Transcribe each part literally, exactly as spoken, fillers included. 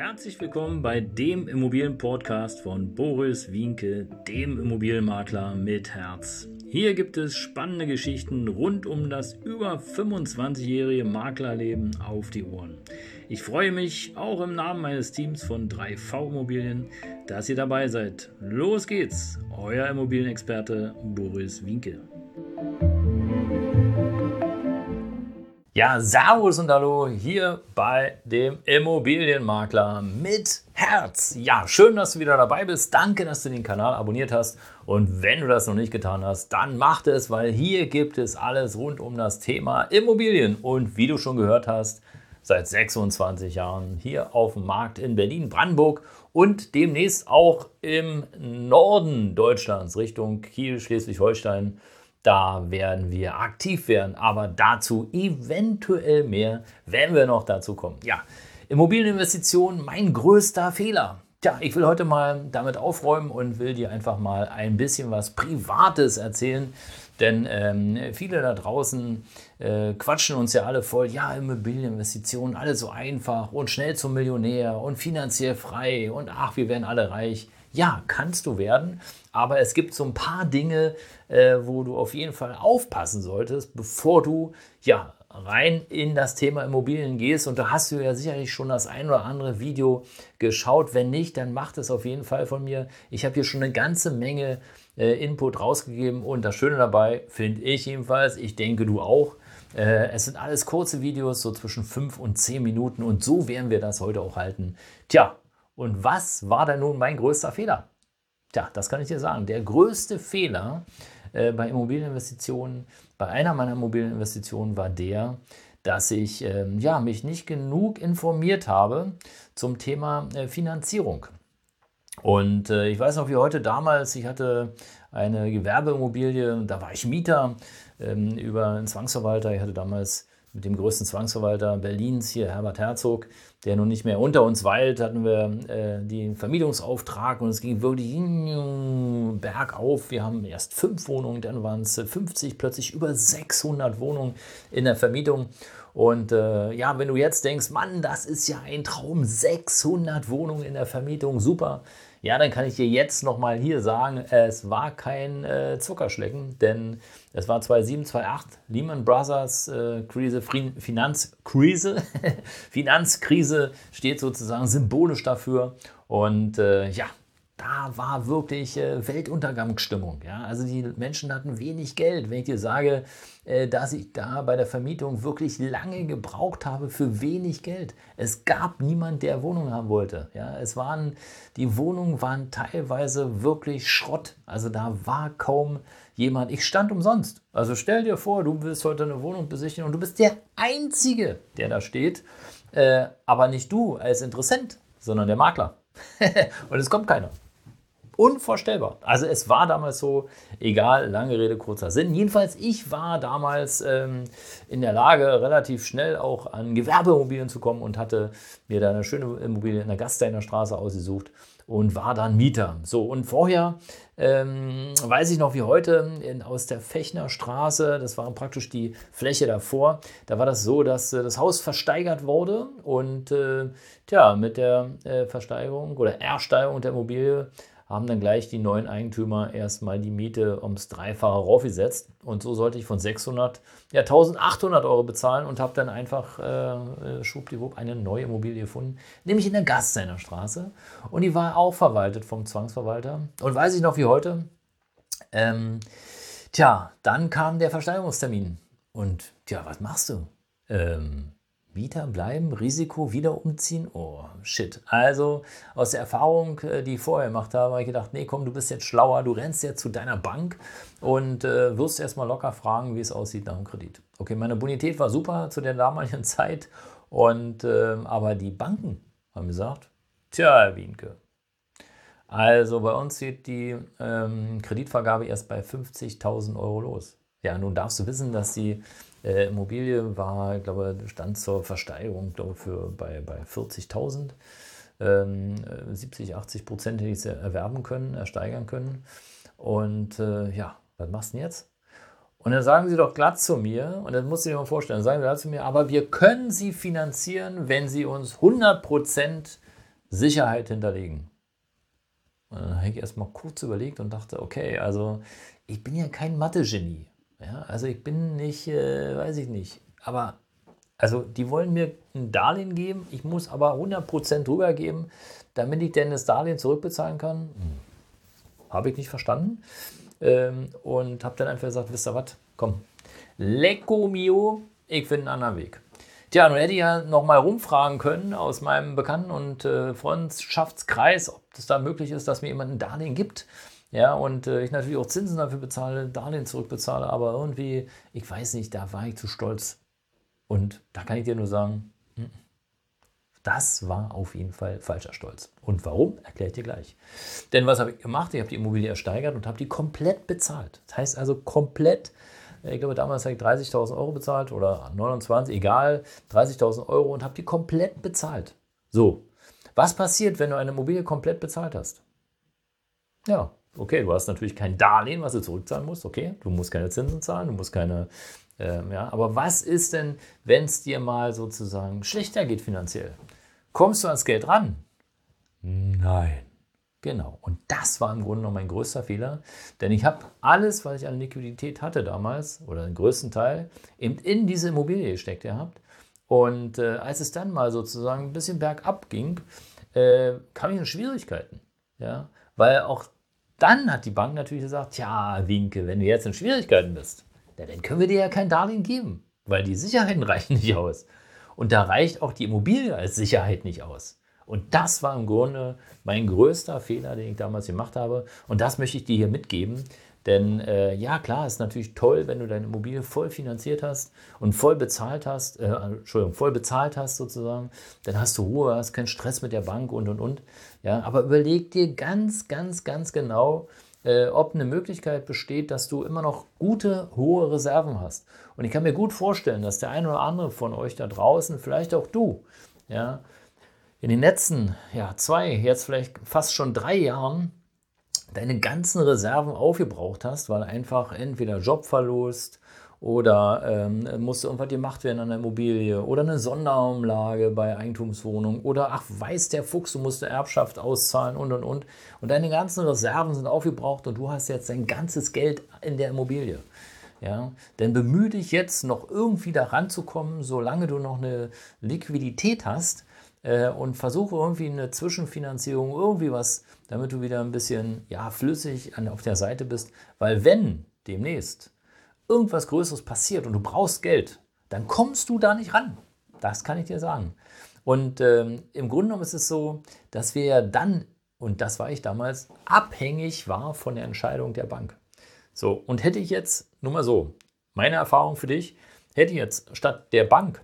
Herzlich willkommen bei dem Immobilienpodcast von Boris Wienke, dem Immobilienmakler mit Herz. Hier gibt es spannende Geschichten rund um das über fünfundzwanzigjährige Maklerleben auf die Ohren. Ich freue mich auch im Namen meines Teams von drei V Immobilien, dass ihr dabei seid. Los geht's, euer Immobilienexperte Boris Wienke. Ja, servus und hallo hier bei dem Immobilienmakler mit Herz. Ja, schön, dass du wieder dabei bist. Danke, dass du den Kanal abonniert hast. Und wenn du das noch nicht getan hast, dann mach es, weil hier gibt es alles rund um das Thema Immobilien. Und wie du schon gehört hast, seit sechsundzwanzig Jahren hier auf dem Markt in Berlin-Brandenburg und demnächst auch im Norden Deutschlands Richtung Kiel, Schleswig-Holstein. Da werden wir aktiv werden, aber dazu eventuell mehr, wenn wir noch dazu kommen. Ja, Immobilieninvestitionen, mein größter Fehler. Tja, ich will heute mal damit aufräumen und will dir einfach mal ein bisschen was Privates erzählen. Denn ähm, viele da draußen äh, quatschen uns ja alle voll, ja, Immobilieninvestitionen, alles so einfach und schnell zum Millionär und finanziell frei und ach, wir werden alle reich. Ja, kannst du werden, aber es gibt so ein paar Dinge, äh, wo du auf jeden Fall aufpassen solltest, bevor du ja rein in das Thema Immobilien gehst. Und da hast du ja sicherlich schon das ein oder andere Video geschaut. Wenn nicht, dann mach das auf jeden Fall von mir. Ich habe hier schon eine ganze Menge äh, Input rausgegeben und das Schöne dabei, finde ich jedenfalls, ich denke du auch, äh, es sind alles kurze Videos, so zwischen fünf und zehn Minuten und so werden wir das heute auch halten. Tja, und was war denn nun mein größter Fehler? Tja, das kann ich dir sagen. Der größte Fehler äh, bei Immobilieninvestitionen, bei einer meiner Immobilieninvestitionen war der, dass ich äh, ja, mich nicht genug informiert habe zum Thema äh, Finanzierung. Und äh, ich weiß noch wie heute damals, ich hatte eine Gewerbeimmobilie, da war ich Mieter ähm, über einen Zwangsverwalter. Ich hatte damals mit dem größten Zwangsverwalter Berlins, hier Herbert Herzog, der nun nicht mehr unter uns weilt, hatten wir äh, den Vermietungsauftrag und es ging wirklich bergauf. Wir haben erst fünf Wohnungen, dann waren es fünfzig, plötzlich über sechshundert Wohnungen in der Vermietung. Und äh, ja, wenn du jetzt denkst, Mann, das ist ja ein Traum, sechshundert Wohnungen in der Vermietung, super. Ja, dann kann ich dir jetzt nochmal hier sagen, es war kein äh, Zuckerschlecken, denn es war zweitausendsieben, zweitausendacht, Lehman Brothers äh, Krise, Finanzkrise, Finanzkrise steht sozusagen symbolisch dafür und äh, ja, da war wirklich äh, Weltuntergangsstimmung. Ja? Also die Menschen hatten wenig Geld. Wenn ich dir sage, äh, dass ich da bei der Vermietung wirklich lange gebraucht habe für wenig Geld. Es gab niemand, der Wohnungen haben wollte. Ja? Es waren, die Wohnungen waren teilweise wirklich Schrott. Also da war kaum jemand. Ich stand umsonst. Also stell dir vor, du willst heute eine Wohnung besichtigen und du bist der Einzige, der da steht. Äh, aber nicht du als Interessent, sondern der Makler. Und es kommt keiner. Unvorstellbar. Also es war damals so, egal, lange Rede, kurzer Sinn. Jedenfalls, ich war damals ähm, in der Lage, relativ schnell auch an Gewerbeimmobilien zu kommen und hatte mir da eine schöne Immobilie in der Gasteiner Straße ausgesucht und war dann Mieter. So, und vorher ähm, weiß ich noch wie heute in, aus der Fechner Straße, das war praktisch die Fläche davor, da war das so, dass äh, das Haus versteigert wurde und äh, tja, mit der äh, Versteigerung oder Ersteigerung der Immobilie haben dann gleich die neuen Eigentümer erstmal die Miete ums Dreifache raufgesetzt. Und so sollte ich von sechshundert, ja eintausendachthundert Euro bezahlen und habe dann einfach äh, schwuppdiwupp eine neue Immobilie gefunden, nämlich in der Gasteiner Straße. Und die war auch verwaltet vom Zwangsverwalter. Und weiß ich noch wie heute, ähm, tja, dann kam der Versteigerungstermin. Und tja, was machst du? Ähm, Mieter bleiben, Risiko, wieder umziehen? Oh, shit. Also aus der Erfahrung, die ich vorher gemacht habe, habe ich gedacht, nee, komm, du bist jetzt schlauer, du rennst jetzt zu deiner Bank und äh, wirst erstmal locker fragen, wie es aussieht nach dem Kredit. Okay, meine Bonität war super zu der damaligen Zeit, und, äh, aber die Banken haben gesagt, tja, Herr Wienke, also bei uns geht die ähm, Kreditvergabe erst bei fünfzigtausend Euro los. Ja, nun darfst du wissen, dass die Äh, Immobilie war, ich glaube, stand zur Versteigerung, glaube für bei, bei vierzigtausend. Ähm, siebzig, achtzig Prozent hätte ich sie erwerben können, ersteigern können. Und äh, ja, was machst du denn jetzt? Und dann sagen sie doch glatt zu mir, und das musst du dir mal vorstellen, dann sagen sie glatt zu mir, aber wir können sie finanzieren, wenn sie uns hundert Prozent Sicherheit hinterlegen. Und dann habe ich erstmal kurz überlegt und dachte, okay, also ich bin ja kein Mathe-Genie. Ja, also ich bin nicht, äh, weiß ich nicht, aber also die wollen mir ein Darlehen geben, ich muss aber hundert Prozent drüber geben, damit ich denn das Darlehen zurückbezahlen kann. Hm. Habe ich nicht verstanden. Ähm, und habe dann einfach gesagt, wisst ihr was, komm, lecco mio, ich finde einen anderen Weg. Tja, nun hätte ich ja noch mal rumfragen können aus meinem Bekannten- und äh, Freundschaftskreis, ob es da möglich ist, dass mir jemand ein Darlehen gibt. Ja, und äh, ich natürlich auch Zinsen dafür bezahle, Darlehen zurückbezahle, aber irgendwie, ich weiß nicht, da war ich zu stolz. Und da kann ich dir nur sagen, das war auf jeden Fall falscher Stolz. Und warum, erkläre ich dir gleich. Denn was habe ich gemacht? Ich habe die Immobilie ersteigert und habe die komplett bezahlt. Das heißt also komplett, ich glaube damals habe ich dreißigtausend Euro bezahlt oder neunundzwanzig, egal, dreißigtausend Euro und habe die komplett bezahlt. So, was passiert, wenn du eine Immobilie komplett bezahlt hast? Ja, okay, du hast natürlich kein Darlehen, was du zurückzahlen musst, okay, du musst keine Zinsen zahlen, du musst keine, ähm, ja, aber was ist denn, wenn es dir mal sozusagen schlechter geht finanziell? Kommst du ans Geld ran? Nein. Genau, und das war im Grunde noch mein größter Fehler, denn ich habe alles, was ich an Liquidität hatte damals, oder den größten Teil, eben in diese Immobilie gesteckt gehabt. Und äh, als es dann mal sozusagen ein bisschen bergab ging, äh, kam ich in Schwierigkeiten. Ja? Weil auch dann hat die Bank natürlich gesagt, ja, Winke, wenn du jetzt in Schwierigkeiten bist, dann können wir dir ja kein Darlehen geben, weil die Sicherheiten reichen nicht aus. Und da reicht auch die Immobilie als Sicherheit nicht aus. Und das war im Grunde mein größter Fehler, den ich damals gemacht habe. Und das möchte ich dir hier mitgeben. Denn äh, ja, klar, ist natürlich toll, wenn du deine Immobilie voll finanziert hast und voll bezahlt hast, äh, Entschuldigung, voll bezahlt hast sozusagen. Dann hast du Ruhe, hast keinen Stress mit der Bank und, und, und. Ja, aber überleg dir ganz, ganz, ganz genau, äh, ob eine Möglichkeit besteht, dass du immer noch gute, hohe Reserven hast. Und ich kann mir gut vorstellen, dass der eine oder andere von euch da draußen, vielleicht auch du, ja, in den letzten ja, zwei, jetzt vielleicht fast schon drei Jahren deine ganzen Reserven aufgebraucht hast, weil einfach entweder Jobverlust oder ähm, musste irgendwas gemacht werden an der Immobilie oder eine Sonderumlage bei Eigentumswohnungen oder ach, weiß der Fuchs, du musst eine Erbschaft auszahlen und und und. Und deine ganzen Reserven sind aufgebraucht und du hast jetzt dein ganzes Geld in der Immobilie. Ja, denn bemühe dich jetzt noch irgendwie da ranzukommen, solange du noch eine Liquidität hast, äh, und versuche irgendwie eine Zwischenfinanzierung, irgendwie was, damit du wieder ein bisschen ja, flüssig an, auf der Seite bist. Weil wenn demnächst irgendwas Größeres passiert und du brauchst Geld, dann kommst du da nicht ran. Das kann ich dir sagen. Und ähm, im Grunde genommen ist es so, dass wir ja dann, und das war ich damals, abhängig war von der Entscheidung der Bank. So, und hätte ich jetzt, nur mal so, meine Erfahrung für dich, hätte ich jetzt statt der Bank,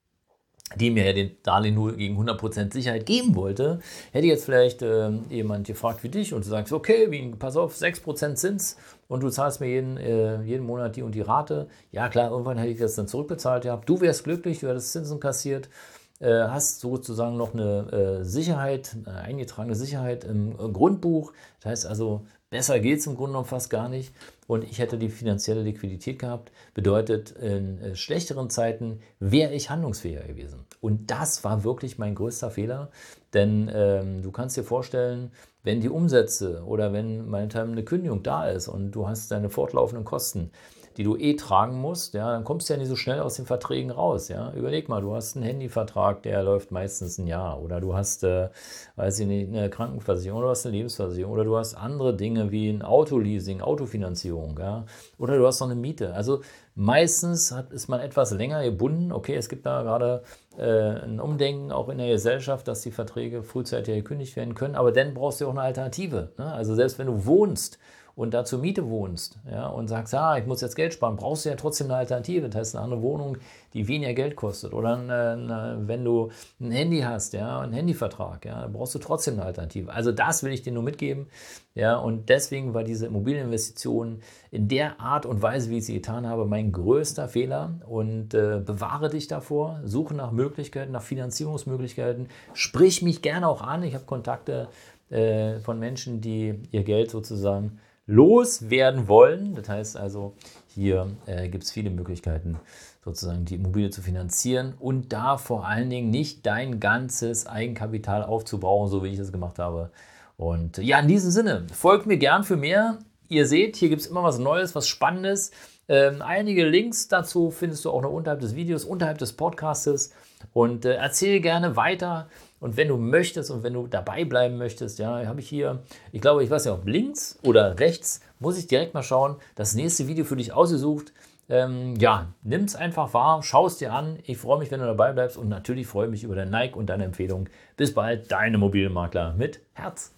die mir ja den Darlehen nur gegen hundert Prozent Sicherheit geben wollte, hätte ich jetzt vielleicht äh, jemand gefragt wie dich und du sagst, okay, wie, pass auf, sechs Prozent Zins und du zahlst mir jeden, äh, jeden Monat die und die Rate. Ja klar, irgendwann hätte ich das dann zurückbezahlt gehabt. Du wärst glücklich, du hättest Zinsen kassiert, äh, hast sozusagen noch eine äh, Sicherheit, eine eingetragene Sicherheit im äh, Grundbuch. Das heißt also, besser geht es im Grunde genommen fast gar nicht. Und ich hätte die finanzielle Liquidität gehabt. Bedeutet, in äh, schlechteren Zeiten wäre ich handlungsfähiger gewesen. Und das war wirklich mein größter Fehler. Denn ähm, du kannst dir vorstellen, wenn die Umsätze oder wenn meinetwegen eine Kündigung da ist und du hast deine fortlaufenden Kosten, die du eh tragen musst, ja, dann kommst du ja nicht so schnell aus den Verträgen raus. Ja. Überleg mal, du hast einen Handyvertrag, der läuft meistens ein Jahr. Oder du hast, äh, weiß ich nicht, eine Krankenversicherung oder du hast eine Lebensversicherung. Oder du hast andere Dinge wie ein Autoleasing, Autofinanzierung. Ja. Oder du hast noch eine Miete. Also meistens hat, ist man etwas länger gebunden. Okay, es gibt da gerade äh, ein Umdenken auch in der Gesellschaft, dass die Verträge frühzeitig gekündigt werden können. Aber dann brauchst du auch eine Alternative. Ne? Also selbst wenn du wohnst, und da zur Miete wohnst, ja, und sagst, ah, ich muss jetzt Geld sparen, brauchst du ja trotzdem eine Alternative. Das heißt, eine andere Wohnung, die weniger Geld kostet. Oder eine, eine, wenn du ein Handy hast, ja, einen Handyvertrag, ja, dann brauchst du trotzdem eine Alternative. Also das will ich dir nur mitgeben. Ja, und deswegen war diese Immobilieninvestition in der Art und Weise, wie ich sie getan habe, mein größter Fehler. Und äh, bewahre dich davor, suche nach Möglichkeiten, nach Finanzierungsmöglichkeiten. Sprich mich gerne auch an. Ich habe Kontakte äh, von Menschen, die ihr Geld sozusagen loswerden wollen. Das heißt also, hier äh, gibt es viele Möglichkeiten, sozusagen die Immobilie zu finanzieren und da vor allen Dingen nicht dein ganzes Eigenkapital aufzubrauchen, so wie ich es gemacht habe. Und ja, in diesem Sinne, folgt mir gern für mehr. Ihr seht, hier gibt es immer was Neues, was Spannendes. Ähm, einige Links dazu findest du auch noch unterhalb des Videos, unterhalb des Podcastes. Und äh, erzähl gerne weiter. Und wenn du möchtest und wenn du dabei bleiben möchtest, ja, habe ich hier, ich glaube, ich weiß ja, ob links oder rechts, muss ich direkt mal schauen, das nächste Video für dich ausgesucht. Ähm, ja, nimm es einfach wahr, schau es dir an. Ich freue mich, wenn du dabei bleibst und natürlich freue ich mich über dein Like und deine Empfehlung. Bis bald, dein Immobilienmakler mit Herz.